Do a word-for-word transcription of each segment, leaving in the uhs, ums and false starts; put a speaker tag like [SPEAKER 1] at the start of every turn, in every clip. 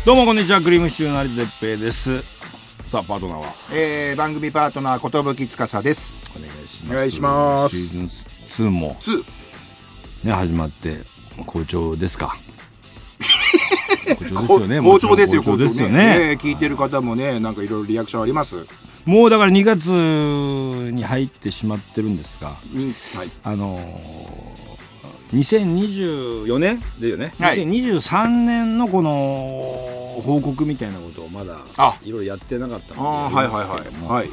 [SPEAKER 1] どうもこんにちは、クリームシチューの有田哲平です。さあパートナーは、
[SPEAKER 2] えー、番組パートナー寿司です。
[SPEAKER 1] お願いします。
[SPEAKER 2] お願いします。
[SPEAKER 1] シーズンツーもね始まって好調ですか？好調ですよね。
[SPEAKER 2] 好調ですよ。
[SPEAKER 1] 好調ですよね。
[SPEAKER 2] ね聞いてる方もね、なんかいろいろリアクションあります。
[SPEAKER 1] もうだからにがつに入ってしまってるんですが、
[SPEAKER 2] に、はい、
[SPEAKER 1] あのー、にせんにじゅうよねんだよね、はい、にせんにじゅうさんねんのこの報告みたいなことをまだいろいろやってなかったので、あ、はいはいはいはい、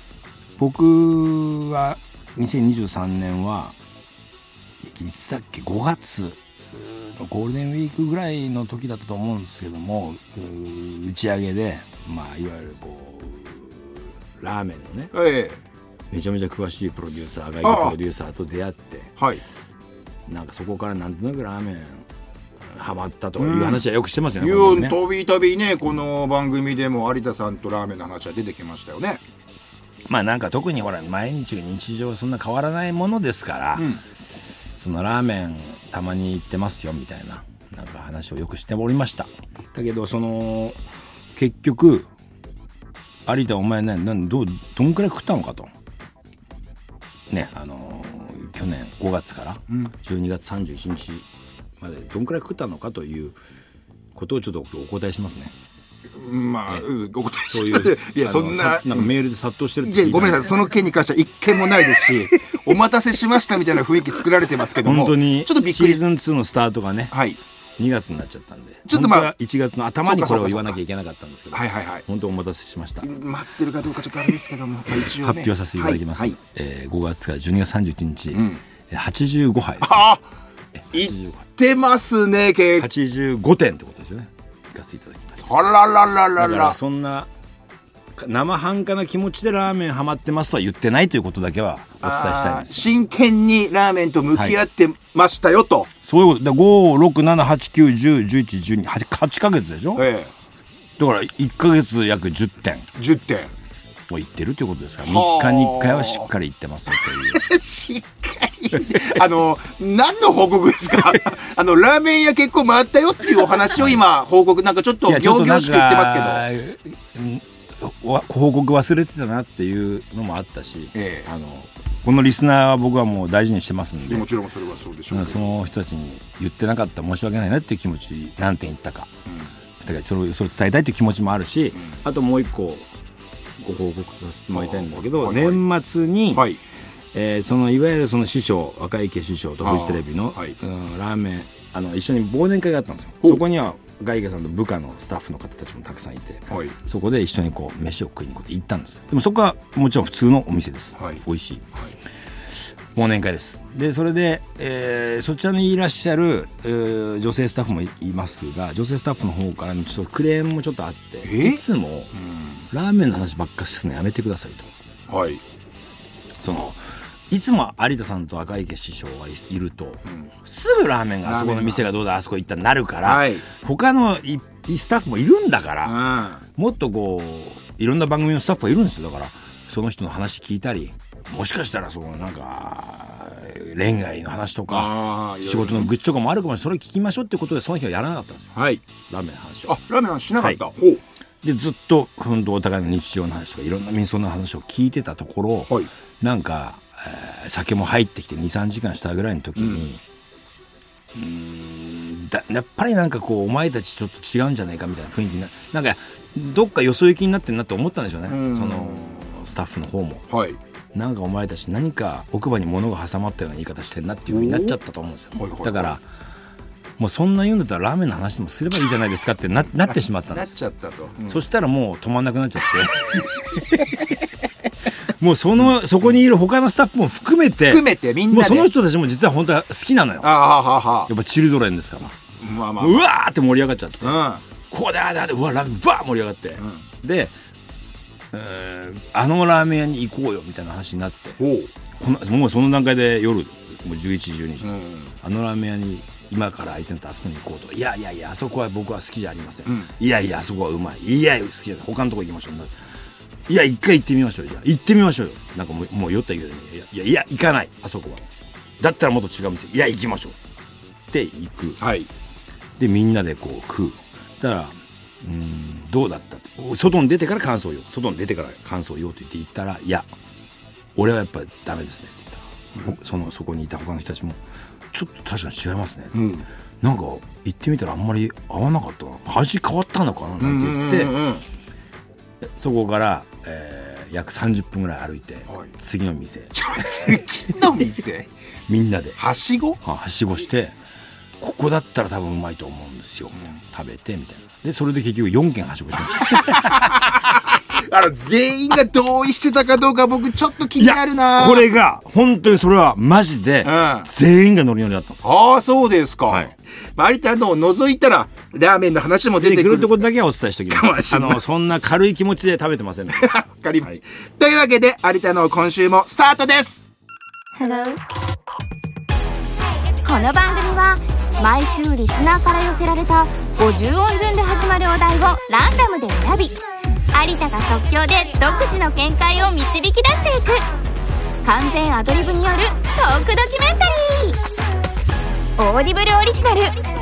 [SPEAKER 1] 僕はにせんにじゅうさんねんはいつだっけ、ごがつのゴールデンウィークぐらいの時だったと思うんですけども、打ち上げで、まあ、いわゆるこうラーメンのね、ええ、めちゃめちゃ詳しいプロデューサー外国プロデューサーと出会って、はい、なんかそこからなんとなくラーメンハマったという話はよくしてますよね。
[SPEAKER 2] うん、たびたびね、この番組でも有田さんとラーメンの話は出てきましたよね。
[SPEAKER 1] まあなんか特にほら毎日が日常そんな変わらないものですから、うん、そのラーメンたまに行ってますよみたいななんか話をよくしておりました。だけどその結局有田お前ね、なんどうどんくらい食ったのかとね、あのー、去年ごがつからじゅうにがつさんじゅういちにちまでどんくらい食ったのかということをちょっとお答えしますね。
[SPEAKER 2] まあ、
[SPEAKER 1] ね、
[SPEAKER 2] お答えします。
[SPEAKER 1] そういう
[SPEAKER 2] いや、そんな
[SPEAKER 1] なんかメールで殺到してるって聞いた。
[SPEAKER 2] ごめんなさい、その件に関しては一件もないですしお待たせしましたみたいな雰囲気作られてますけども、
[SPEAKER 1] 本当に
[SPEAKER 2] ちょっとびっくり。
[SPEAKER 1] シーズンツーのスタートがね、はい、にがつになっちゃったんで、ちょっとまあいちがつの頭にこれを言わなきゃいけなかったんですけど、はいはいはい、本当お待たせしました。
[SPEAKER 2] 待ってるかどうかちょっとあれですけども、一応ね、
[SPEAKER 1] 発表させていただきます。はいはい、えー、ごがつからじゅうにがつさんじゅういちにち、うん、はちじゅうごはいです、ね。
[SPEAKER 2] あいってますね。
[SPEAKER 1] はちじゅうごてんってことですよね。いかせていただきました。
[SPEAKER 2] あららららら。
[SPEAKER 1] だからそんな生半可な気持ちでラーメンハマってますとは言ってないということだけはお伝えしたいんです。
[SPEAKER 2] 真剣にラーメンと向き合ってましたよと、はい、
[SPEAKER 1] そういうことだ。ご、ろく、なな、はち、きゅう、じゅう、じゅういち、じゅうに、はちかげつでしょ、ええ、だからいっかげつ約じゅってん
[SPEAKER 2] じゅってん
[SPEAKER 1] をいってるということですから、みっかにいっかいはしっかりいってますよという
[SPEAKER 2] しっかりあの何の報告ですかあのラーメン屋結構回ったよっていうお話を今報告、なんかちょっと仰々しく言ってますけ
[SPEAKER 1] ど、報告忘れてたなっていうのもあったし、ええ、あのこのリスナーは僕はもう大事にしてますんで、
[SPEAKER 2] もちろんそれはそうでしょうけど、
[SPEAKER 1] その人たちに言ってなかったら申し訳ないなっていう気持ち、何点言ったか、うん、だからそれをそれを伝えたいっていう気持ちもあるし、うん、あともう一個ご報告させてもらいたいんだけど、年末に、はい、えー、そのいわゆるその師匠赤池師匠とフジテレビの、はい、うん、ラーメンあの一緒に忘年会があったんですよ。そこには赤池さんと部下のスタッフの方たちもたくさんいて、はい、そこで一緒にこう飯を食いに行ったんです。でもそこはもちろん普通のお店です、はい、美味しい、はい、忘年会です。でそれで、えー、そちらにいらっしゃる、えー、女性スタッフもいますが、女性スタッフの方からのちょっとクレームもちょっとあって、いつも、うん、ラーメンの話ばっかりするのやめてくださいと、はい、そのいつも有田さんと赤池師匠が い, いると、うん、すぐラーメンがあそこの店がどうだあそこ行ったらなるから、はい、他のいスタッフもいるんだから、うん、もっとこういろんな番組のスタッフがいるんですよ。だからその人の話聞いたり、もしかしたらそのなんか恋愛の話とか仕事の愚痴とかもあるかもしれない。それ聞きましょうってことでその日はやらなかったんですよ、はい、ラーメンの話を。
[SPEAKER 2] あ、ラーメンの話しなかった、はい、
[SPEAKER 1] ほうでずっと本当お互いの日常の話とかいろんな民謡の話を聞いてたところ、はい、なんかえー、酒も入ってきて にさんじかんしたぐらいの時に、うん、うーんだやっぱりなんかこうお前たちちょっと違うんじゃないかみたいな雰囲気にな、なんかどっかよそ行きになってるなって思ったんでしょうね、うん、そのスタッフの方も、はい、なんかお前たち何か奥歯に物が挟まったような言い方してるなっていう風になっちゃったと思うんですよ、はいはいはい、だからもうそんな言うんだったらラーメンの話でもすればいいじゃないですかって な, なってしまったんです。
[SPEAKER 2] なっちゃったと、うん、
[SPEAKER 1] そしたらもう止まんなくなっちゃってもうその、うん、そこにいる他のスタッフも含めて
[SPEAKER 2] 含めてみんなで
[SPEAKER 1] もうその人たちも実は本当は好きなのよ。あはははやっぱチルドレンですから、まあまあまあ、うわーって盛り上がっちゃって、うん、こうでああであでうわラーメンバー盛り上がって、うん、で、えー、あのラーメン屋に行こうよみたいな話になって、このもうその段階で夜もうじゅういちじじゅうにじ、うん、あのラーメン屋に今から相手のとあそこに行こうと、いやいやいやあそこは僕は好きじゃありません、うん、いやいやあそこはうまい、いやいや好きじゃない、他のとこ行きましょう、いや一回行ってみましょう、じゃあ行ってみましょうよ、なんかもう、もう酔ったけど、ね、いやいや行かない、あそこはだったらもっと違う店、いや行きましょうって行く、はい、でみんなでこう食う。だからうん、どうだったって外に出てから感想を言おう外に出てから感想を言おうと言って言ったら、いや俺はやっぱりダメですねって言ったら、うん、そのそこにいた他の人たちもちょっと確かに違いますね、うん、なんか行ってみたらあんまり合わなかったな、味変わったのかななんて言って、うんうんうん、そこから、えー、約さんじゅっぷんぐらい歩いて、はい、次の店
[SPEAKER 2] 次の店
[SPEAKER 1] みんなで
[SPEAKER 2] はしご
[SPEAKER 1] はしごして、ここだったら多分うまいと思うんですよ、うん、食べてみたいな。でそれで結局よんけんはしごしました
[SPEAKER 2] あの全員が同意してたかどうか僕ちょっと気になるな。
[SPEAKER 1] これが本当にそれはマジで全員がノリノリだったんです、うん、
[SPEAKER 2] ああそうですか、はい、有田のを除いたらラーメンの話も出てくる
[SPEAKER 1] ってことだけはお伝えしておきますあのそんな軽い気持ちで食べてませんので
[SPEAKER 2] わかりました、はい、というわけで有田の今週もスタートです。
[SPEAKER 3] Hello この番組は毎週リスナーから寄せられたごじゅう音順で始まるお題をランダムで選び、有田が即興で独自の見解を導き出していく完全アドリブによるトークドキュメンタリー、オーディブルオリジナル有田の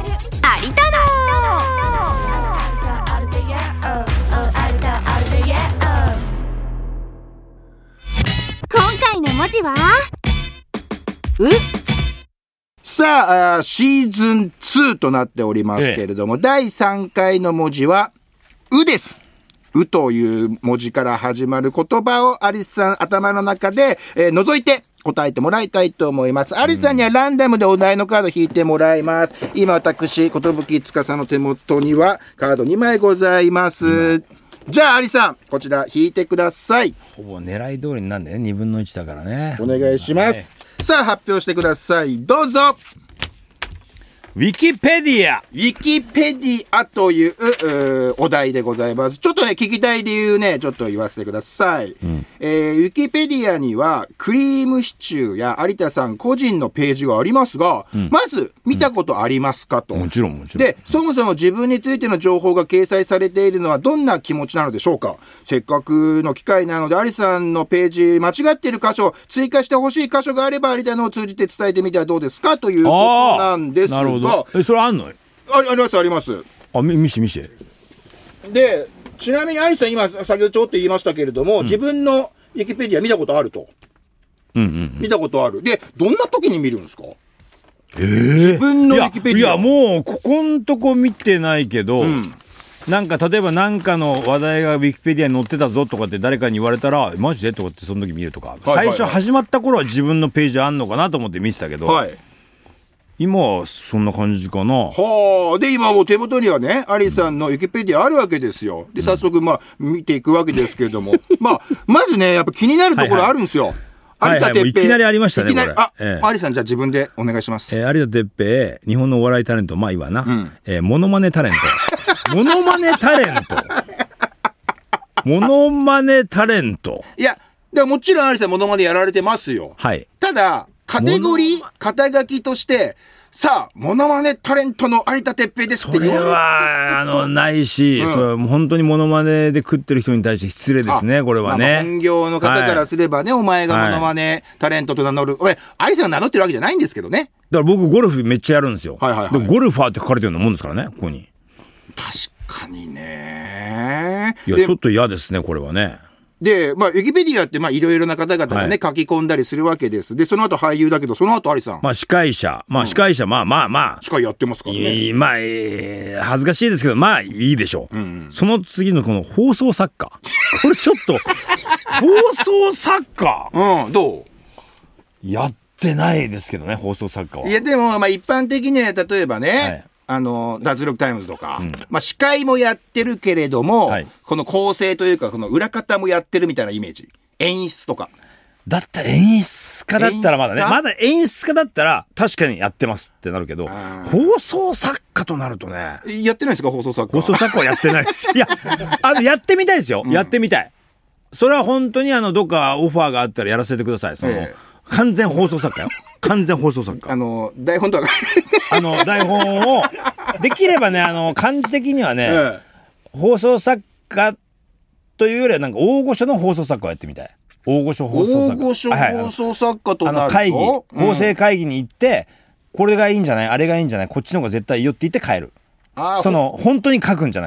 [SPEAKER 3] 今回の文字はう。
[SPEAKER 2] さあ、シーズンツーとなっておりますけれども、ええ、だいさんかいの文字はうです。うという文字から始まる言葉をアリスさん頭の中で、えー、覗いて答えてもらいたいと思います。アリスさんにはランダムでお題のカード引いてもらいます。今私、寿司の手元にはカードにまいございます。うん、じゃあアリスさん、こちら引いてください。
[SPEAKER 1] ほぼ狙い通りになんだよね。にぶんのいちだからね。
[SPEAKER 2] お願いします。はい、さあ発表してください。どうぞ。
[SPEAKER 1] ウィキペディア
[SPEAKER 2] ウィキペディアという、うお題でございます。ちょっとね聞きたい理由ねちょっと言わせてください、うん、えー、ウィキペディアにはクリームシチューや有田さん個人のページがありますが、うん、まず見たことありますかと、
[SPEAKER 1] うん、もちろんもちろん。
[SPEAKER 2] でそもそも自分についての情報が掲載されているのはどんな気持ちなのでしょうか。せっかくの機会なので有田さんのページ間違っている箇所追加してほしい箇所があれば有田のを通じて伝えてみてはどうですかということなんですが。
[SPEAKER 1] なるほど。えそれあんの。
[SPEAKER 2] ありますあります。
[SPEAKER 1] あ、み見して見して。
[SPEAKER 2] でちなみにアリスさん今先ほどちょっと言いましたけれども、うん、自分のウィキペディア見たことあると、
[SPEAKER 1] うんうんうん、
[SPEAKER 2] 見たことある。でどんな時に見るんですか。
[SPEAKER 1] えー、
[SPEAKER 2] 自分のウィキペディア。
[SPEAKER 1] いや、いやもうここんとこ見てないけど、うん、なんか例えば何かの話題がウィキペディアに載ってたぞとかって誰かに言われたらマジでとかってその時見るとか、はいはいはい、最初始まった頃は自分のページあんのかなと思って見てたけど、はい、今はそんな感じかな。
[SPEAKER 2] はあ。で今もう手元にはねアリさんのウィキペディアあるわけですよ。で早速まあ見ていくわけですけれども、まあまずねやっぱ気になるところあるんですよ。はいはい、有田哲平、はいはい、いきなりありましたね。いきなりあ、ええ、アリさんじゃあ自分でお願いします。
[SPEAKER 1] えー、有田哲平日本のお笑いタレント、まあいいわな、うん、えー、モノマネタレントモノマネタレントモノマネタレント。
[SPEAKER 2] いやでももちろん有田さんモノマネやられてますよ。
[SPEAKER 1] はい。
[SPEAKER 2] ただカテゴリー肩書きとしてさあモノマネタレントの有田哲平ですって言われる。
[SPEAKER 1] それはあのないし、うん、それ本当にモノマネで食ってる人に対して失礼ですねこれはね。
[SPEAKER 2] まあ、本業の方からすればね、はい、お前がモノマネタレントと名乗る、はい、有田さんが名乗ってるわけじゃないんですけどね。
[SPEAKER 1] だから僕ゴルフめっちゃやるんですよ、はいはいはい、でゴルファーって書かれてるようなもんですからねここに。
[SPEAKER 2] 確かにね。
[SPEAKER 1] いやちょっと嫌ですねこれはね。
[SPEAKER 2] で、まあ、ウィキペディアってまあいろいろな方々がね、はい、書き込んだりするわけです。でその後俳優だけどその後有さん
[SPEAKER 1] まあ司会者まあ司会者、うん、まあまあまあ
[SPEAKER 2] 司会やってますからね。
[SPEAKER 1] まあ、えー、恥ずかしいですけどまあいいでしょう、うんうん、その次のこの放送作家これちょっと放送作家
[SPEAKER 2] うんどう
[SPEAKER 1] やってないですけどね放送作家は。
[SPEAKER 2] いやでもまあ一般的には例えばね、はい、あの脱力タイムズとか、うん、まあ司会もやってるけれども、はい、この構成というかこの裏方もやってるみたいなイメージ。演出とか
[SPEAKER 1] だったら演出家だったらまだねまだ演出家だったら確かにやってますってなるけど放送作家となるとね
[SPEAKER 2] やってないですか放送作家。
[SPEAKER 1] 放送作家はやってないですいやあのやってみたいですよ、うん、やってみたい。それは本当にあのどっかオファーがあったらやらせてください。その、えー完全放送作家よ完全放送作家。
[SPEAKER 2] あの台本とか
[SPEAKER 1] あの台本をできればねあの漢字的にはね、ええ、放送作家というよりはなんか大御所の放送作家をやってみたい。大御所放送作家。
[SPEAKER 2] 大御所放送作家となると、はい、あの
[SPEAKER 1] 会議構成会議に行って、うん、これがいいんじゃないあれがいいんじゃないこっちの方が絶対いいよって言って帰る。あその本当に書くんじゃなくて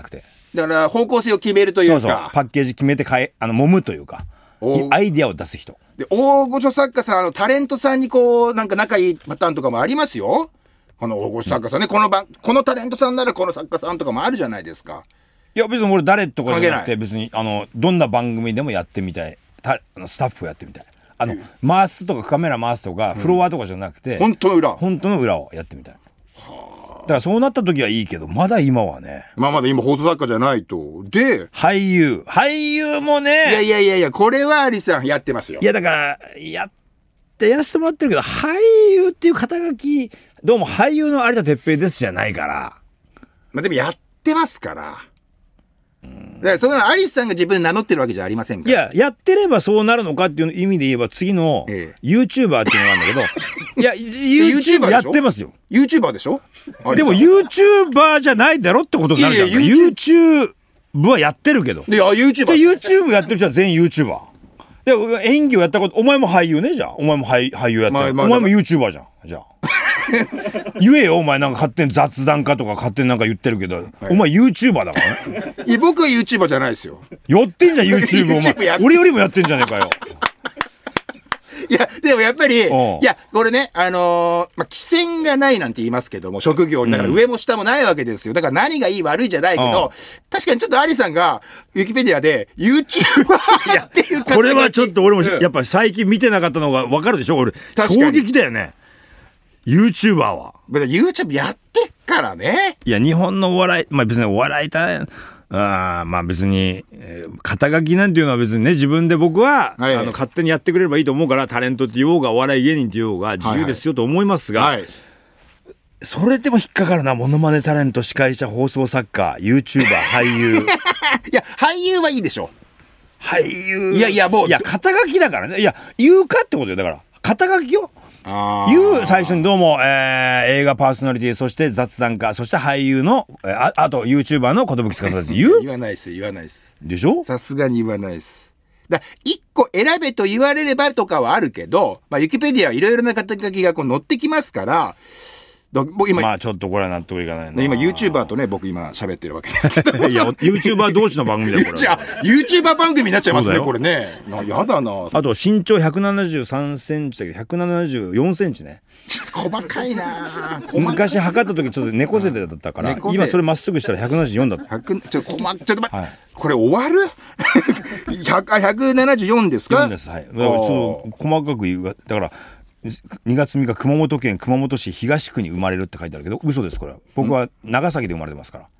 [SPEAKER 2] だから方向性を決めるというか。
[SPEAKER 1] そうそうパッケージ決めてかえあの揉むというかアイディアを出す人
[SPEAKER 2] で、大御所作家さん、あのタレントさんにこうなんか仲いいパターンとかもありますよ。この大御所作家さんね、うん、この番このタレントさんならこの作家さんとかもあるじゃないですか。
[SPEAKER 1] いや別に俺誰とかじゃなくて別にあのどんな番組でもやってみたい、たあのスタッフをやってみたい、あの、うん、回すとかカメラ回すとか、うん、フロアとかじゃなくて
[SPEAKER 2] 本当の裏
[SPEAKER 1] 本当の裏をやってみたい。はあ、だからそうなった時はいいけどまだ今はね、
[SPEAKER 2] まあまだ今放送作家じゃないと。で
[SPEAKER 1] 俳優俳優もね、
[SPEAKER 2] いやいやいやいやこれはアリさんやってますよ。
[SPEAKER 1] いやだからやってやらせてもらってるけど俳優っていう肩書きどうも俳優の有田哲平ですじゃないから。
[SPEAKER 2] まあでもやってますから。だからそのアリスさんが自分で名乗ってるわけじゃありませんから。
[SPEAKER 1] いややってればそうなるのかっていう意味で言えば次の YouTuber っていうのがあるんだけど、いや YouTube やってますよ。
[SPEAKER 2] YouTuber でしょ。
[SPEAKER 1] でも YouTuber じゃないだろってことになるじゃん。 YouTube はやってるけど、
[SPEAKER 2] いや YouTuber
[SPEAKER 1] じゃあ YouTube やってる人は全員 YouTuber で演技をやったこと。お前も俳優ね。じゃあお前も 俳, 俳優やってる、まあまあ、お前も YouTuber じゃん。じゃあ言えよお前。なんか勝手に雑談家とか勝手になんか言ってるけど、はい、お前 YouTuber だからね。
[SPEAKER 2] いや僕は YouTuber じゃないですよ。
[SPEAKER 1] やってんじゃん YouTube お前俺よりもやってんじゃねえかよ。
[SPEAKER 2] いやでもやっぱりいやこれねあのー、まあ規制がないなんて言いますけども職業だから上も下もないわけですよ。だから何がいい悪いじゃないけど、確かにちょっとアリさんがウィキペディアで YouTuber っていう
[SPEAKER 1] これはちょっと俺もやっぱ最近見てなかったのが分かるでしょ。俺衝撃だよね YouTuber は。
[SPEAKER 2] YouTube やってっからね。
[SPEAKER 1] いや日本のお笑い、まあ別にお笑いたあまあ別に、えー、肩書きなんていうのは別にね自分で僕は、はい、あの勝手にやってくれればいいと思うから、タレントって言おうがお笑い芸人って言おうが自由ですよと思いますが、はいはい、それでも引っかかるな。モノマネタレント、司会者、放送作家、YouTuber、俳優
[SPEAKER 2] いや俳優はいいでしょ。
[SPEAKER 1] 俳優
[SPEAKER 2] いやいやもう
[SPEAKER 1] いや肩書きだからね。いや言うかってことよ。だから肩書きよ。言う最初にどうも、えー、映画パーソナリティ、そして雑談家、そして俳優の あ, あと YouTuber の寿司です。言う
[SPEAKER 2] 言わないです言わないです
[SPEAKER 1] でしょ。
[SPEAKER 2] さすがに言わないです。だ一個選べと言われればとかはあるけど、まあ、ウィキペディアはいろいろな肩書きがこう載ってきますから、だ僕今
[SPEAKER 1] まあちょっとこれは納得いかないな。
[SPEAKER 2] 今 YouTuber とね僕今喋ってるわけですけど
[SPEAKER 1] いや YouTuber 同士の番組だよこれ。
[SPEAKER 2] じゃあ YouTuber 番組になっちゃいますねこれね。やだな。
[SPEAKER 1] あと身長ひゃくななじゅうさんセンチだけどひゃくななじゅうよんセンチね。
[SPEAKER 2] 細かいな。
[SPEAKER 1] 昔測った時ちょっと猫背だったから、今それまっすぐしたらひゃくななじゅうよんだった。
[SPEAKER 2] ちょっと細ちょっと待って、はい、これ終わるひゃくななじゅうよんですか。
[SPEAKER 1] よんです。はい。ちょっと細かく言うだからにがつみっか熊本県熊本市東区に生まれるって書いてあるけど嘘です。これは僕は長崎で生まれてますから。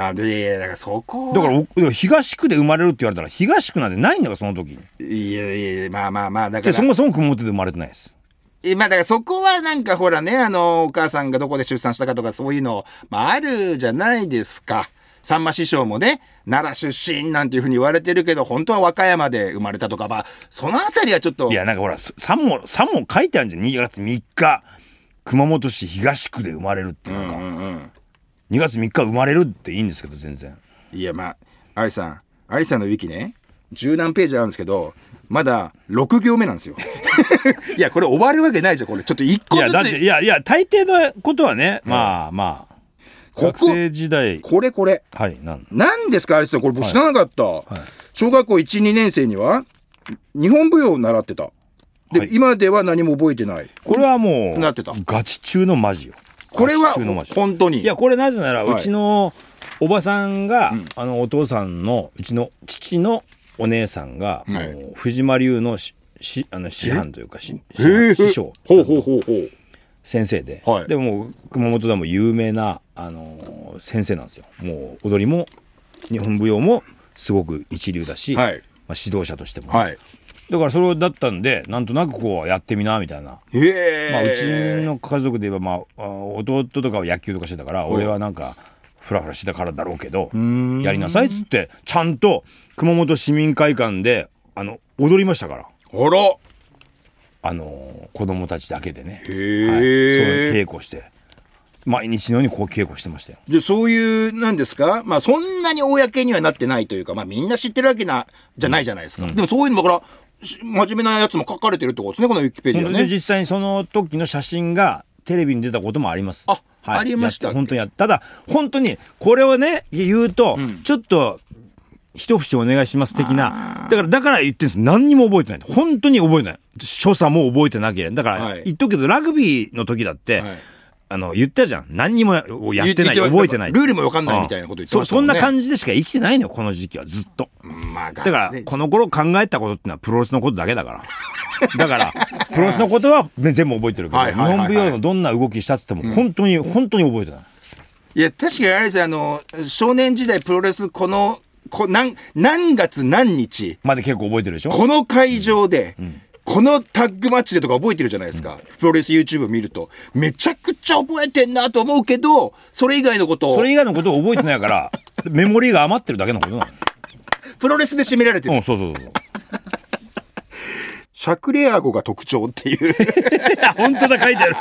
[SPEAKER 2] あでいやだからそこ
[SPEAKER 1] だから東区で生まれるって言われたら東区なんてないんだからその時に。
[SPEAKER 2] いやいやまあまあまあだから
[SPEAKER 1] そもそも熊本で生まれてないです。
[SPEAKER 2] まあだからそこはなんかほらねあのお母さんがどこで出産したかとかそういうの、まあ、あるじゃないですか。さんま師匠もね奈良出身なんていうふうに言われてるけど本当は和歌山で生まれたとか、まあそのあたりはちょっと。
[SPEAKER 1] いやなんかほらさんもさんも書いてあるじゃん。にがつみっか熊本市東区で生まれるってなんか、うんうんうん、にがつみっか生まれるっていいんですけど全然。
[SPEAKER 2] いやまあアリさんアリさんのウィキね十何ページあるんですけどまだろく行目なんですよいやこれ終わるわけないじゃんこれ。ちょっと一個ずつ。いやだってい
[SPEAKER 1] やいや大抵のことはね、うん、まあまあ学生時代
[SPEAKER 2] これこれ
[SPEAKER 1] はいなん
[SPEAKER 2] なんですかアリスさんこれ僕知らなかった、はいはい、小学校 いちにねん生には日本舞踊を習ってたで、はい、今では何も覚えてない。
[SPEAKER 1] これはもう
[SPEAKER 2] なってた
[SPEAKER 1] ガチ中のマジよ。
[SPEAKER 2] これは本当に
[SPEAKER 1] いやこれなぜなら、はい、うちのおばさんが、うん、あのお父さんのうちの父のお姉さんが、はい、もう藤間流のししあの師範というかし師匠
[SPEAKER 2] ほうほうほうほう
[SPEAKER 1] 先生で、
[SPEAKER 2] はい、
[SPEAKER 1] でも熊本でも有名な、あのー、先生なんですよ。もう踊りも日本舞踊もすごく一流だし、はい、まあ、指導者としても、はい、だからそれだったんでなんとなくこうやってみなみたいな。へー、まあ、うちの家族で言えば、まあ、弟とかは野球とかしてたから俺はなんかフラフラしてたからだろうけどやりなさいっつってちゃんと熊本市民会館であの踊りましたから。
[SPEAKER 2] あら
[SPEAKER 1] あのー、子供たちだけでね、
[SPEAKER 2] へー、はい、そういう
[SPEAKER 1] 稽古して毎日のようにこう稽古してましたよ。
[SPEAKER 2] でそういうなんですか、まあそんなに公にはなってないというか、まあみんな知ってるわけなじゃないじゃないですか、うん、でもそういうのだから真面目なやつも書かれてるってことですねこのウィキペディアね。
[SPEAKER 1] で実際にその時の写真がテレビに出たこともあります。
[SPEAKER 2] あ
[SPEAKER 1] はい、
[SPEAKER 2] ありましたっけ。
[SPEAKER 1] 本当にやった。ただ本当にこれをね言うと、うん、ちょっと一節お願いします的な。だからだから言ってるんです。何にも覚えてない。本当に覚えてない。所作も覚えてなければ。だから言っとくけど、はい、ラグビーの時だって、はい、あの言ったじゃん。何にもやってない、覚えてない。
[SPEAKER 2] ルールも分かんないみたいなこと言ってましたもんね。
[SPEAKER 1] そ, そんな感じでしか生きてないのよこの時期はずっと。まあ、だからこの頃考えたことってのはプロレスのことだけだから。だからプロレスのことは全部覚えてるけど、日本舞踊のどんな動きしたっつっても本当に、うん、本当に覚えてない。
[SPEAKER 2] いや確かにあれですよ、あの少年時代プロレスこのこ 何, 何月何日
[SPEAKER 1] まで結構覚えてるでしょ。
[SPEAKER 2] この会場で、うんうん、このタッグマッチでとか覚えてるじゃないですか、うん、プロレス YouTube 見るとめちゃくちゃ覚えてんなと思うけど、それ以外のことを
[SPEAKER 1] それ以外のことを覚えてないからメモリーが余ってるだけのことなの。プ
[SPEAKER 2] ロレスで締められてる。
[SPEAKER 1] うん、そうそうそう
[SPEAKER 2] シャクレアゴが特徴っていう
[SPEAKER 1] 本当だ、書いてある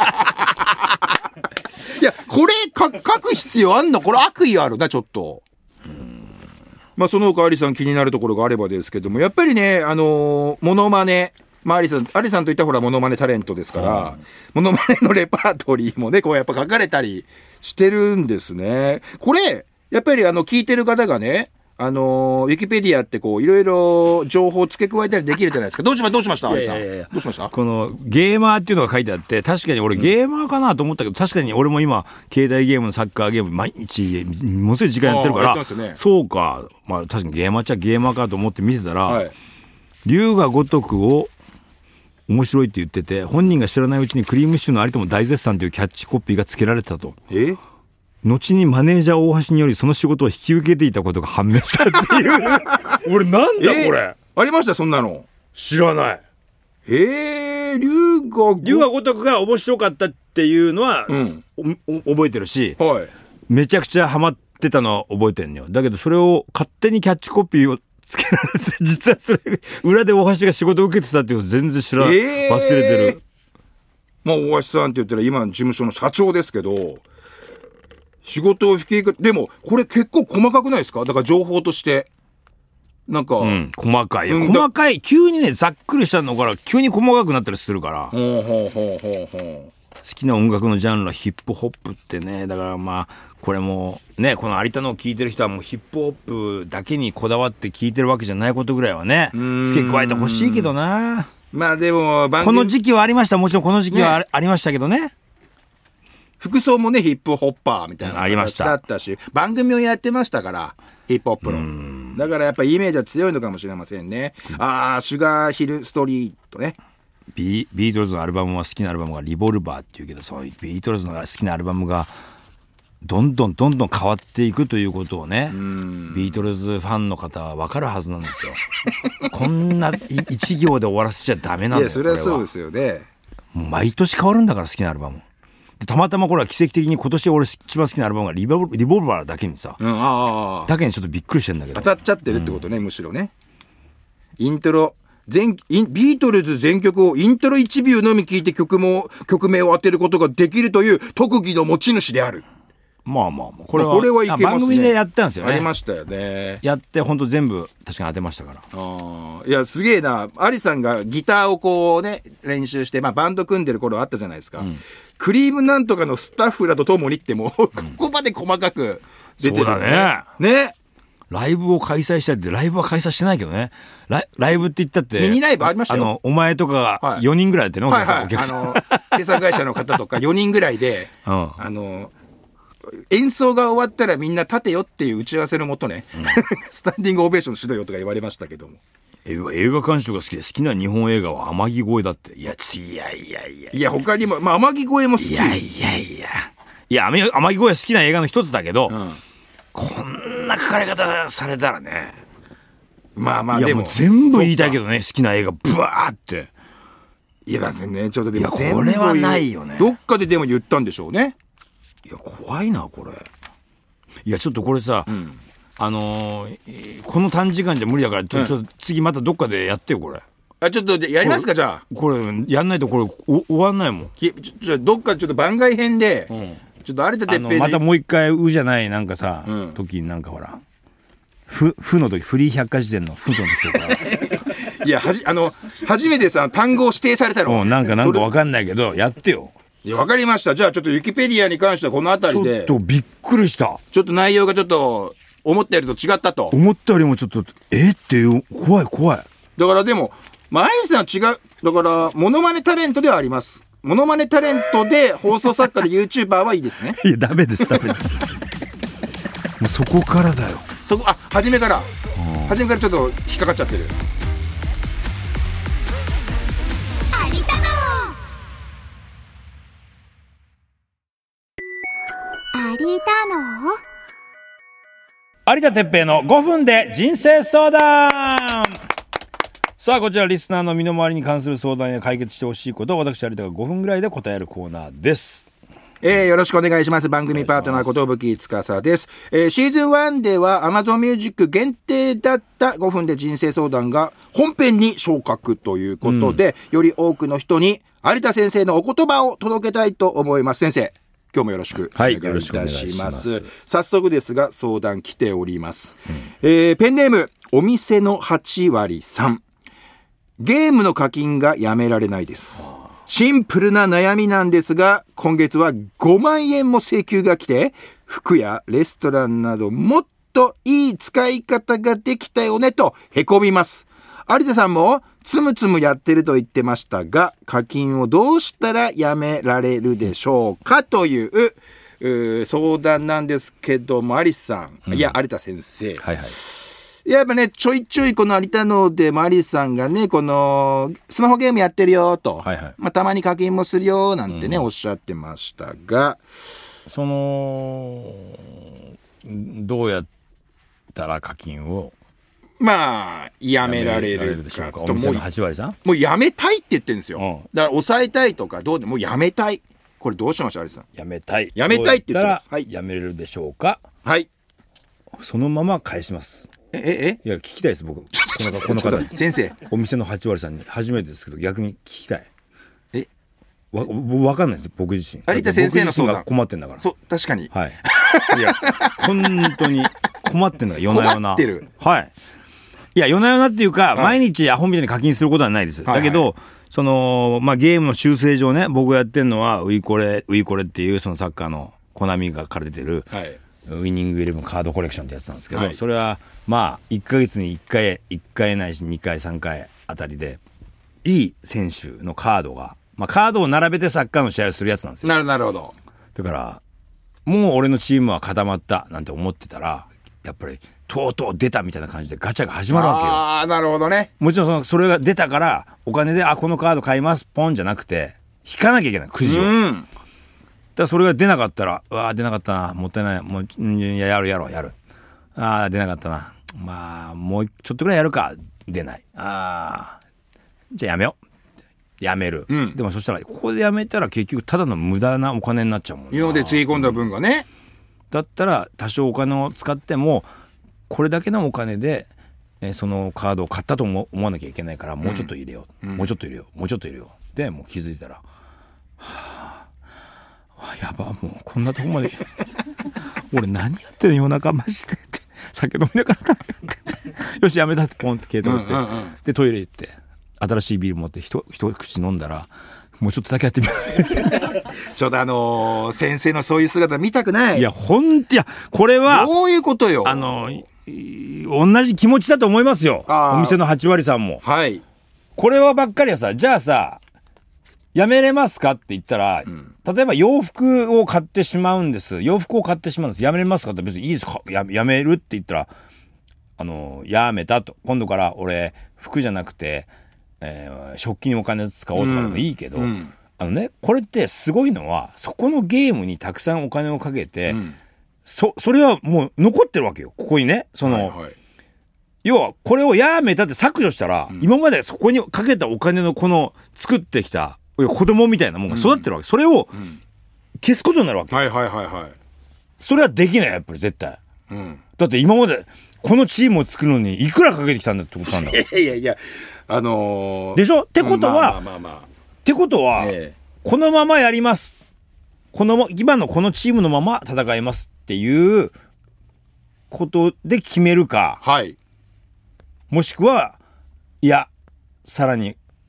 [SPEAKER 2] いやこれか書く必要あんの？これ悪意あるなちょっと。まあ、その他アリさん気になるところがあればですけども、やっぱりね、あのー、モノマネ、まあ、アリさん、アリさんといったらほらモノマネタレントですから、モノマネのレパートリーもね、こうやっぱ書かれたりしてるんですね。これやっぱりあの聞いてる方がね、あのー、ウィキペディアってこういろいろ情報付け加えたりできるじゃないですか。どうしまどうしましたアリさん。いやいやいや、どうしました。
[SPEAKER 1] このゲーマーっていうのが書いてあって、確かに俺ゲーマーかなと思ったけど、うん、確かに俺も今携帯ゲームのサッカーゲーム毎日ものすごい時間やってるから、ね、そうか、まあ確かにゲーマーっちゃゲーマーかと思って見てたら、はい、龍が如くを面白いって言ってて、本人が知らないうちにクリームシチューの有田も大絶賛というキャッチコピーが付けられてたと。
[SPEAKER 2] え
[SPEAKER 1] 後にマネージャー大橋によりその仕事を引き受けていたことが判明したっていう俺なんだこれ。
[SPEAKER 2] ありましたそんなの。
[SPEAKER 1] 知らない。
[SPEAKER 2] えー、龍が
[SPEAKER 1] 龍が如くが面白かったっていうのは、うん、覚えてるし、はい、めちゃくちゃハマってたのは覚えてんのよ。だけどそれを勝手にキャッチコピーをつけられて、実はそれ裏で大橋が仕事を受けてたっていうのを全然知ら、えー、忘れてる。
[SPEAKER 2] まあ大橋さんって言ったら今の事務所の社長ですけど、仕事を引き受け、でもこれ結構細かくないですか。だから情報としてなんか、うん、
[SPEAKER 1] 細かい、うん、細かい。急にねざっくりしたのから急に細かくなったりするから。ほうほうほうほうほう。好きな音楽のジャンルはヒップホップってね。だからまあこれもね、この有田のを聴いてる人はもうヒップホップだけにこだわって聴いてるわけじゃないことぐらいはね付け加えてほしいけどな。
[SPEAKER 2] まあでも番組
[SPEAKER 1] この時期はありました。もちろんこの時期は あ,、ね、ありましたけどね。
[SPEAKER 2] 服装もねヒップホッパーみたいな
[SPEAKER 1] 形
[SPEAKER 2] だったし、番組をやってましたからヒップホップの。だからやっぱイメージは強いのかもしれませんね。ああ、シュガーヒルストリートね。
[SPEAKER 1] ビ, ビートルズのアルバムは好きなアルバムがリボルバーっていうけど、そういうビートルズの好きなアルバムがどんどんどんどん変わっていくということをね、ビートルズファンの方は分かるはずなんですよこんな一行で終わらせちゃダメなんだよ。いや
[SPEAKER 2] それはそうですよね。
[SPEAKER 1] もう毎年変わるんだから好きなアルバム。たまたまこれは奇跡的に今年俺一番好きなアルバムがリボル、リボルバーだけにさ、うん、ああだけにちょっとびっくりしてんだけど、
[SPEAKER 2] 当たっちゃってるってことね、うん、むしろね。イントロ全インビートルズ全曲をイントロいちびょうのみ聴いて曲も曲名を当てることができるという特技の持ち主である。
[SPEAKER 1] まあまあこれは、
[SPEAKER 2] これはいけますね。
[SPEAKER 1] 番組でやったんですよね。
[SPEAKER 2] ありましたよね。
[SPEAKER 1] やって本当全部確かに当てましたから。
[SPEAKER 2] あいやすげえな。アリさんがギターをこうね練習して、まあ、バンド組んでる頃あったじゃないですか、うん、クリームなんとかのスタッフらとともにってもう、うん、ここまで細かく出てる、ね、
[SPEAKER 1] そうだ
[SPEAKER 2] ね。ね。
[SPEAKER 1] ライブを開催したりってライブは開催してないけどね。ラ イ, ライブって言ったって
[SPEAKER 2] ミニライブありましたよ。
[SPEAKER 1] あのお前とかがよにんぐらいやってね、はい、お客さん、はいはい、お客さん、
[SPEAKER 2] あの制作会社の方とかよにんぐらいで、うん、あの演奏が終わったらみんな立てよっていう打ち合わせのもとね、うん、スタンディングオベーションしろよとか言われましたけども。
[SPEAKER 1] 映画、映画鑑賞が好きで好きな日本映画は天城越えだって。いやいやいやいや
[SPEAKER 2] いや他にもまあ天城越えも好き。
[SPEAKER 1] いやいやいやいや天城越え好きな映画の一つだけど、うん、こんな書かれ方されたらね。
[SPEAKER 2] まあまあでも、
[SPEAKER 1] いやもう全部言いたいけどね、好きな映画ブワーって。
[SPEAKER 2] いやだってねちょっとで
[SPEAKER 1] も全部これはないよね。
[SPEAKER 2] どっかででも言ったんでしょうね。
[SPEAKER 1] いや怖いなこれ。いやちょっとこれさ、うん、あのー、この短時間じゃ無理だから、うん、ちょっと次またどっかでやってよこれ。
[SPEAKER 2] あちょっとやりますか。じゃあ
[SPEAKER 1] これやんないとこれお終わんないもん。
[SPEAKER 2] ちょちょどっかちょっと番外編で、うん、ちょっと有田哲平で
[SPEAKER 1] またもう一回うじゃないなんかさ、うん、時になんかほらふふの時フリー百科事典のふの時とか
[SPEAKER 2] いやはじあの初めてさ単語を指定されたの、
[SPEAKER 1] うん、なんかなんかわかんないけどやってよ。
[SPEAKER 2] いや、わかりました。じゃあちょっとウィキペディアに関してはこのあたりで
[SPEAKER 1] ちょっとびっくりした。
[SPEAKER 2] ちょっと内容がちょっと思ったよりと違ったと。
[SPEAKER 1] 思ったよりもちょっとえっていう怖い怖い。
[SPEAKER 2] だからでもまあアイリスさんは違う。だからモノマネタレントではあります。モノマネタレントで放送作家で YouTuber はいいですね。
[SPEAKER 1] いやダメですダメです。もうそこからだよ。
[SPEAKER 2] そこあ初めから初めからちょっと引っかかっちゃってる。
[SPEAKER 3] 有田の有田の
[SPEAKER 1] 有田哲平のごふんで人生相談。さあこちらリスナーの身の回りに関する相談や解決してほしいことを私有田がごふんぐらいで答えるコーナーです。
[SPEAKER 2] えー、よろしくお願いします。番組パートナーことぶきつかさです。えー、シーズンワンでは Amazon Music 限定だったごふんで人生相談が本編に昇格ということで、うん、より多くの人に有田先生のお言葉を届けたいと思います。先生、今日もよろしくお願いいたします。はい、ます早速ですが相談来ております。うん、えー、ペンネームお店のはちわりさん。ゲームの課金がやめられないです。シンプルな悩みなんですが、今月はごまんえんも請求が来て、服やレストランなどもっといい使い方ができたよねと凹みます。有田さんもつむつむやってると言ってましたが、課金をどうしたらやめられるでしょうかという、う相談なんですけども、有田さん、うん、いや有田先生、はいはい、やっぱねちょいちょいこの有田のでも有田さんがねこのスマホゲームやってるよと、はいはい、まあ、たまに課金もするよなんてね、うん、おっしゃってましたが、その
[SPEAKER 1] どうやったら課金を
[SPEAKER 2] まあやめられるでしょうか。お店のはちわりさんもうやめたいって言ってるんですよ、うん、だから抑えたいとかどうでもやめたい。これどうしましょう有田さん。
[SPEAKER 1] やめたい
[SPEAKER 2] やめたいって言ってます。
[SPEAKER 1] はい、やめれるでしょうか。
[SPEAKER 2] はい、
[SPEAKER 1] そのまま返します。
[SPEAKER 2] ええ
[SPEAKER 1] えいや聞きたいです僕。このこの方に
[SPEAKER 2] 先生
[SPEAKER 1] お店のはちわりさんに初めてですけど逆に聞きたい。えわ分かんないです僕自身。
[SPEAKER 2] 有田先生の相談
[SPEAKER 1] が困ってんだから。
[SPEAKER 2] そう確かに、
[SPEAKER 1] はい、いや本当に困ってんだから夜な夜な
[SPEAKER 2] 困ってる。
[SPEAKER 1] はいいや夜な夜なっていうか、はい、毎日アホみたいに課金することはないです、はいはい、だけどそのまあゲームの修正上ね僕がやってるのはウィコレウィコレっていうそのサッカーのコナミがから出てる、はい、ウイニングイレブンカードコレクションってやつなんですけど、はい、それはまあいっかげつにいっかいいっかいないしにかいさんかいあたりでいい選手のカードが、まあ、カードを並べてサッカーの試合をするやつなんですよ。
[SPEAKER 2] なるなるほど。
[SPEAKER 1] だからもう俺のチームは固まったなんて思ってたらやっぱりとうとう出たみたいな感じでガチャが始まるわけよ。
[SPEAKER 2] ああなるほどね。
[SPEAKER 1] もちろんそのそれが出たからお金であこのカード買いますポンじゃなくて引かなきゃいけないくじを。うんだそれが出なかったらうわ出なかったなもったいないもういややるやろやるあ出なかったなまあもうちょっとぐらいやるか出ないあじゃあやめようやめる、うん、でもそしたらここでやめたら結局ただの無駄なお金になっちゃうもんな。
[SPEAKER 2] 今までつぎ込んだ分がね、
[SPEAKER 1] うん、だったら多少お金を使ってもこれだけのお金で、えー、そのカードを買ったと思わなきゃいけないからもうちょっと入れよう、うん、もうちょっと入れようもうちょっと入れようでもう気づいたらはあやばもうこんなとこまで俺何やってんの夜中マジでって酒飲みながらよしやめたってポンって携帯持って、うんうんうん、でトイレ行って新しいビール持って一口飲んだらもうちょっとだけやってみよう
[SPEAKER 2] ちょっとあのー、先生のそういう姿見たくない。
[SPEAKER 1] いやほんいやこれは
[SPEAKER 2] どういうことよ。
[SPEAKER 1] あのー、同じ気持ちだと思いますよお店のはちわりさんも。
[SPEAKER 2] はい
[SPEAKER 1] これはばっかりはさじゃあさやめれますかって言ったら、うん、例えば洋服を買ってしまうんです洋服を買ってしまうんですやめれますかって別にいいですか や, やめるって言ったらあのやめたと今度から俺服じゃなくて、えー、食器にお金使おうとかでもいいけど、うんうん、あのねこれってすごいのはそこのゲームにたくさんお金をかけて、うん、そ, それはもう残ってるわけよここにねその、はいはい、要はこれをやめたって削除したら、うん、今までそこにかけたお金のこの作ってきた子供みたいなもんが育ってるわけ、うん、それを消すことになるわけ、
[SPEAKER 2] はいはいはいはい。
[SPEAKER 1] それはできないやっぱり絶対、うん、だって今までこのチームを作るのにいくらかけてきたんだってことなんだ
[SPEAKER 2] いやいやいやあのー、
[SPEAKER 1] でしょってことは、まあまあまあまあ、ってことは、えー、このままやりますこの今のこのチームのまま戦いますっていうことで決めるか、
[SPEAKER 2] はい、
[SPEAKER 1] もしくはいやさらに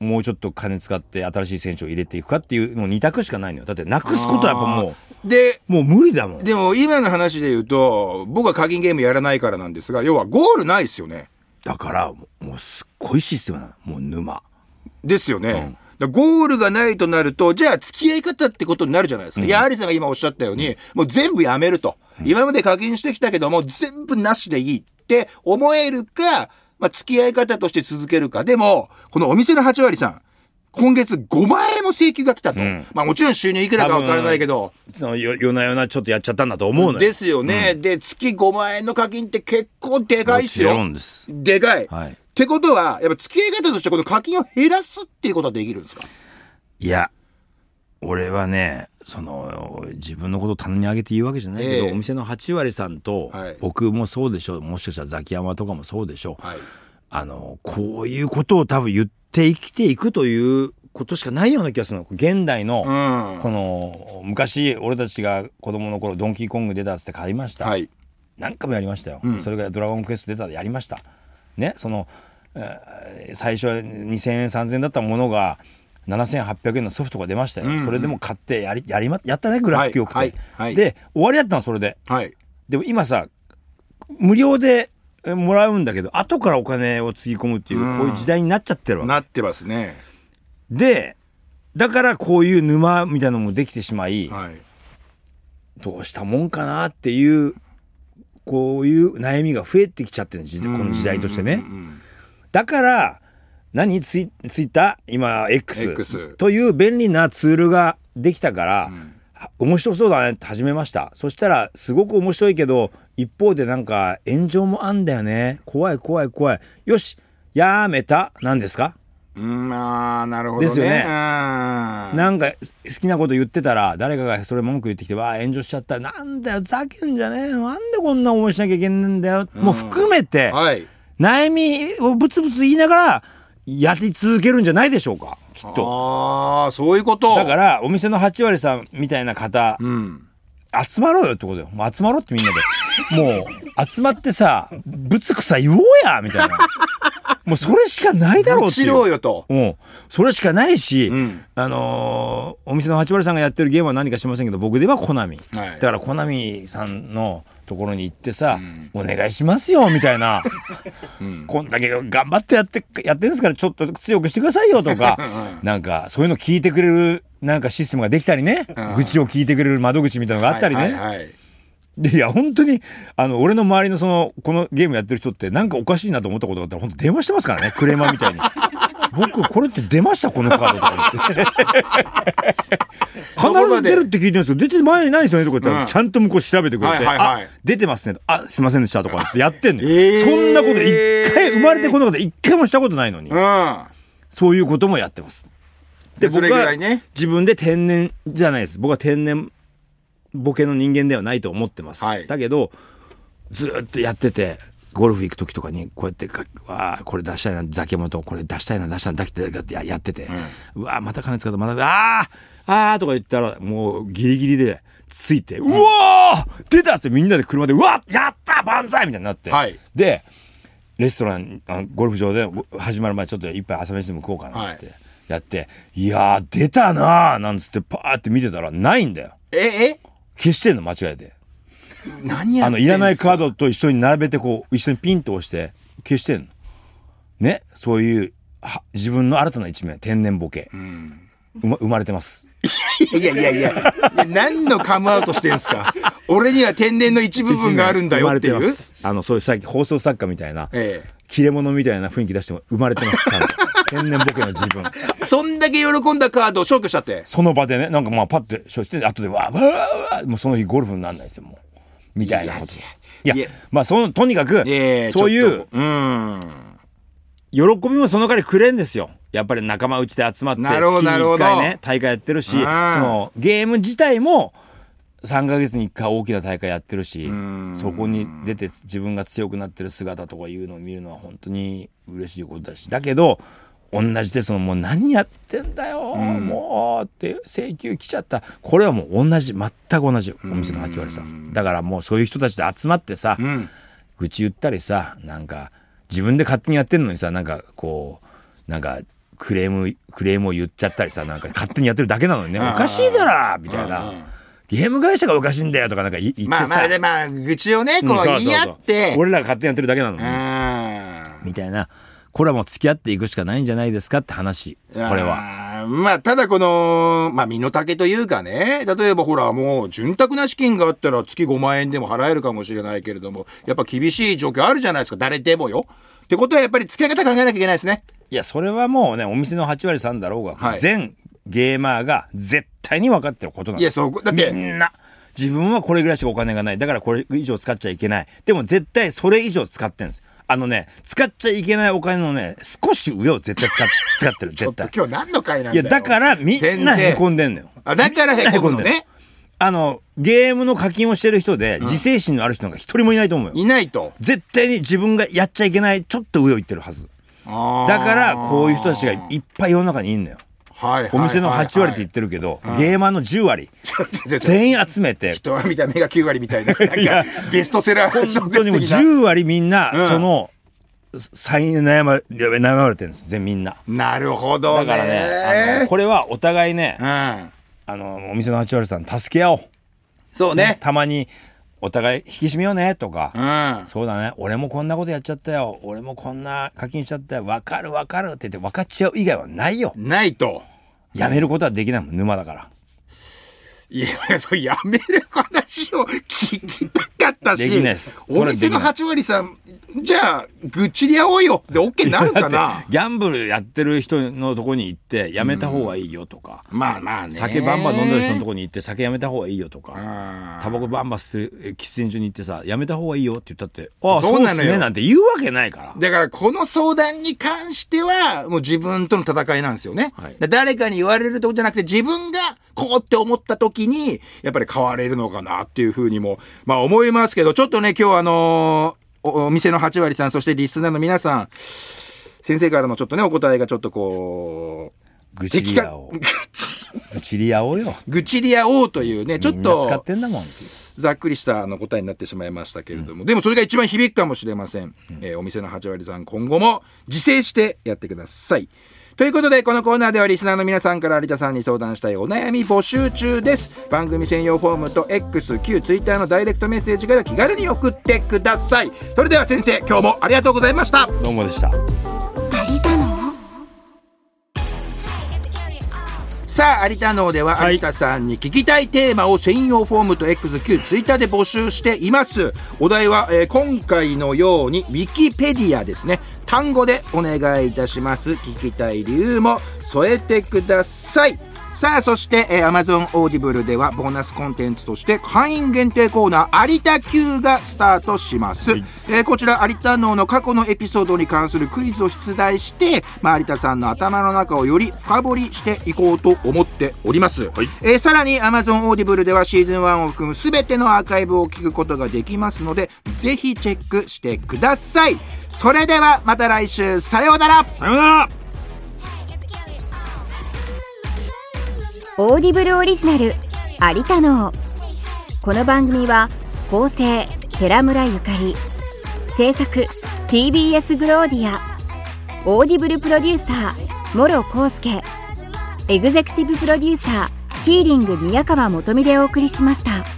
[SPEAKER 1] もうちょっと金使って新しい選手を入れていくかっていうのに択しかないのよ。だってなくすことはやっぱもう
[SPEAKER 2] で
[SPEAKER 1] もう無理だもん。
[SPEAKER 2] でも今の話で言うと僕は鍵ゲームやらないからなんですが、要はゴールないですよね。
[SPEAKER 1] だからもうすっごいシステムなの、もう沼
[SPEAKER 2] ですよね、うん、だゴールがないとなると、じゃあ付き合い方ってことになるじゃないですか、うん、いやアリさんが今おっしゃったように、うん、もう全部やめると、うん、今まで課金してきたけども全部なしでいいって思えるか、まあ、付き合い方として続けるか。でもこのお店のはち割さん今月ごまんえんも請求が来たと、うん、まあもちろん収入いくらか分からないけど、
[SPEAKER 1] その夜な夜なちょっとやっちゃったんだと思うのよ。
[SPEAKER 2] ですよね、うん、で月ごまんえんの課金って結構でかいっすよ。
[SPEAKER 1] もちろんです。
[SPEAKER 2] でかい、はい、ってことはやっぱ付き合い方としてこの課金を減らすっていうことはできるんですか？
[SPEAKER 1] いや俺はね、その自分のことを棚に上げて言うわけじゃないけど、えー、お店のはち割さんと、はい、僕もそうでしょう、もしかしたらザキヤマとかもそうでしょう、はい、あのこういうことを多分言って生きていくということしかないような気がするの。現代の、うん、この昔俺たちが子供の頃ドンキーコング出たっつって買いました、はい、何回もやりましたよ、うん、それがドラゴンクエスト出たでやりましたね。その、えー、最初はにせんえんさんぜんえんだったものがななせんはっぴゃくえんのソフトが出ましたよ、うんうん、それでも買ってやりやりまやったね、グラフィックよくて、はいはい、で終わりだったのそれで、はい、でも今さ無料でもらうんだけど後からお金をつぎ込むっていう、うん、こういう時代になっちゃってるわけ。
[SPEAKER 2] なってますね。
[SPEAKER 1] でだからこういう沼みたいなのもできてしまい、はい、どうしたもんかなっていうこういう悩みが増えてきちゃってるんです、この時代としてね。だから何ツイ、ツイッター今 X, X という便利なツールができたから、うん、面白そうだねって始めました。そしたらすごく面白いけど一方でなんか炎上もあんだよね。怖い怖い怖い。よしやめた。何ですか？
[SPEAKER 2] うん、あーなるほどね。
[SPEAKER 1] ですよね。なんか好きなこと言ってたら誰かがそれ文句言ってきて、わあ炎上しちゃった。なんだよざけんじゃねえよ、なんでこんな思いしなきゃいけないんだよ、うん、もう含めて、はい、悩みをブツブツ言いながらやり続けるんじゃないでしょうか、きっと。
[SPEAKER 2] ああそういうこと。
[SPEAKER 1] だからお店のはち割さんみたいな方、うん、集まろうよってことよ。もう集まろうってみんなでもう集まってさぶつくさ言おうやみたいなもうそれしかないだろうっていう。
[SPEAKER 2] ろうよと。
[SPEAKER 1] うん。それしかないし、うん、あのー、お店のはち割さんがやってるゲームは何かしませんけど、僕ではコナミ、はい、だからコナミさんのところに行ってさ、うん、お願いしますよみたいな、うん、こんだけ頑張ってやってやってるんですからちょっと強くしてくださいよとかなんかそういうの聞いてくれるなんかシステムができたりね、うん、愚痴を聞いてくれる窓口みたいなのがあったりね、はいはいはい、でいや本当にあの俺の周りのそのこのゲームやってる人ってなんかおかしいなと思ったことがあったら本当電話してますからね、クレーマーみたいに僕これって出ましたこのカードとか言って必ず出るって聞いてるんですけど出て前にないですよねとか言ったら、うん、ちゃんと向こう調べてくれて、はいはいはい、あ出てますね、あすいませんでしたとかってやってんのよ、えー、そんなこと一回生まれてこのこと一回もしたことないのに、うん、そういうこともやってます。で僕は自分で天然じゃないです、僕は天然ボケの人間ではないと思ってます、はい、だけどずっとやっててゴルフ行く時とかにこうやってわあこれ出したいなザキヤマとこれ出したいな出したいな出してやってて、うん、うわまた金使ったまたあーあーとか言ったらもうギリギリでついて、うん、うわー出たってみんなで車でうわやった万歳みたいになって、はい、でレストランあゴルフ場で始まる前ちょっと一杯朝飯でも食おうかなっつって、はい、やっていやー出たなーなんつってパーって見てたらないんだよ。
[SPEAKER 2] ええ
[SPEAKER 1] 消してんの間違えて。
[SPEAKER 2] 何やってんすか。
[SPEAKER 1] あのいらないカードと一緒に並べてこう一緒にピンと押して消してんのね。そういう自分の新たな一面天然ボケ、うん、うま、生まれてます。
[SPEAKER 2] いやいやいやいや何のカムアウトしてんすか俺には天然の一部分があるんだよっていう。生まれてます。あのそういうさっき放送作家みたいな、ええ、切れ者みたいな雰囲気出しても生まれてますちゃんと天然ボケの自分そんだけ喜んだカードを消去したってそ
[SPEAKER 1] の場でねなんかまあパッて消して後でわーわーわーもうその日ゴルフにならないですよもうみたいなこと。いやいやまあそのとにかくそういううん喜びもその代わりくれんですよ。やっぱり仲間内で集まって月にいっかいね大会やってるし、そのゲーム自体もさんかげつにいっかい大きな大会やってるし、そこに出て自分が強くなってる姿とかいうのを見るのは本当に嬉しいことだし、だけど同じでそのもう何やってんだよ、うん、もうって請求来ちゃった。これはもう同じ全く同じお店のはち割さんだからもうそういう人たちで集まってさ、うん、愚痴言ったりさなんか自分で勝手にやってんのにさなんかこうなんかクレームクレームを言っちゃったりさ、なんか勝手にやってるだけなのにね、おかしいだろみたいな、ゲーム会社がおかしいんだよとかなんか言ってさ、
[SPEAKER 2] まあまあでまあ愚痴をねこう言い合って、うん、
[SPEAKER 1] 俺らが勝手にやってるだけなのにみたいな、これはもう付き合っていくしかないんじゃないですかって話。これは
[SPEAKER 2] まあただこのまあ身の丈というかね、例えばほらもう潤沢な資金があったら月ごまんえんでも払えるかもしれないけれども、やっぱ厳しい状況あるじゃないですか、誰でもよ。ってことはやっぱり付き合い方考えなきゃいけないですね。
[SPEAKER 1] いやそれはもうね、お店のはちわりさんだろうが、はい、全ゲーマーが絶対に分かってることなんです。いやそうだってみんな自分はこれぐらいしかお金がない、だからこれ以上使っちゃいけない、でも絶対それ以上使ってるんです。あのね、使っちゃいけないお金のね少し上を絶対使っ使ってる絶対。
[SPEAKER 2] 今日何の回なんだよ。
[SPEAKER 1] いやだからみんなへこんでんのよ。
[SPEAKER 2] あだからへこんでんのね。
[SPEAKER 1] あのゲームの課金をしてる人で、うん、自制心のある人なんか一人もいないと思うよ。
[SPEAKER 2] いないと。
[SPEAKER 1] 絶対に自分がやっちゃいけないちょっと上を行ってるはず。だからこういう人たちがいっぱい世の中にいんのよ。はいはいはいはい、お店のはちわりって言ってるけど、うん、ゲーマーのじゅうわり全員集めて、
[SPEAKER 2] 人は見た目がきゅうわりみたいな、なんかベストセラー
[SPEAKER 1] 本当にもうじゅうわりみんな、うん、その才に悩ま悩まれてるんです全みんな。
[SPEAKER 2] なるほどね。
[SPEAKER 1] だからね、あのこれはお互いね、うん、あのお店のはちわりさん助け合おう。
[SPEAKER 2] そうね、
[SPEAKER 1] たまにお互い引き締めようねとか、うん、そうだね、俺もこんなことやっちゃったよ、俺もこんな課金しちゃったよ、分かる分かるって言って分かっちゃう以外はないよ。
[SPEAKER 2] ないと。
[SPEAKER 1] やめることはできないもん、沼だから。
[SPEAKER 2] いや、それやめる話を聞きたかったし、
[SPEAKER 1] できないです。
[SPEAKER 2] お店のはちわりさん、じゃあ愚痴り合おうよで OK になるかな。
[SPEAKER 1] ギャンブルやってる人のとこに行ってやめた方がいいよとか、
[SPEAKER 2] うん、まあまあね、
[SPEAKER 1] 酒バンバン飲んでる人のとこに行って酒やめた方がいいよとか、タバコバンバン吸ってる喫煙所に行ってさやめた方がいいよって言ったって、ああそうですねなんて言うわけないから。
[SPEAKER 2] だからこの相談に関してはもう自分との戦いなんですよね、はい、誰かに言われるとこじゃなくて自分がこうって思った時にやっぱり変われるのかなっていうふうにもまあ思いますけど、ちょっとね今日あのーお店のはちわりさん、そしてリスナーの皆さん、先生からのちょっとねお答えがちょっとこう
[SPEAKER 1] 愚痴り合おう愚痴り合おうよ
[SPEAKER 2] 愚痴り合おうというね、ちょっと
[SPEAKER 1] みんな使ってんだもん
[SPEAKER 2] ざっくりしたあの答えになってしまいましたけれども、うん、でもそれが一番響くかもしれません、うんえー、お店のはちわりさん今後も自制してやってください。ということでこのコーナーではリスナーの皆さんから有田さんに相談したいお悩み募集中です。番組専用フォームと X、旧 Twitter のダイレクトメッセージから気軽に送ってください。それでは先生今日もありがとうございました。
[SPEAKER 1] どうもでした。
[SPEAKER 3] 有田の
[SPEAKER 2] さあ有田のでは有田さんに聞きたいテーマを専用フォームと X、旧 Twitter で募集しています。お題は、えー、今回のようにウィキペディアですね、単語でお願いいたします。聞きたい理由も添えてください。さあそして、えー、Amazon Audible ではボーナスコンテンツとして会員限定コーナー有田 Q がスタートします、はいえー、こちら有田脳の過去のエピソードに関するクイズを出題して、まあ、有田さんの頭の中をより深掘りしていこうと思っております、はいえー、さらに Amazon Audible ではシーズンワンを含む全てのアーカイブを聞くことができますのでぜひチェックしてください。それではまた来週、さようなら。
[SPEAKER 1] さようなら。
[SPEAKER 3] オーディブルオリジナル有田脳。この番組は構成寺村ゆかり、制作 ティービーエス グローディア、オーディブルプロデューサー諸康介、エグゼクティブプロデューサーキーリング宮川元美でお送りしました。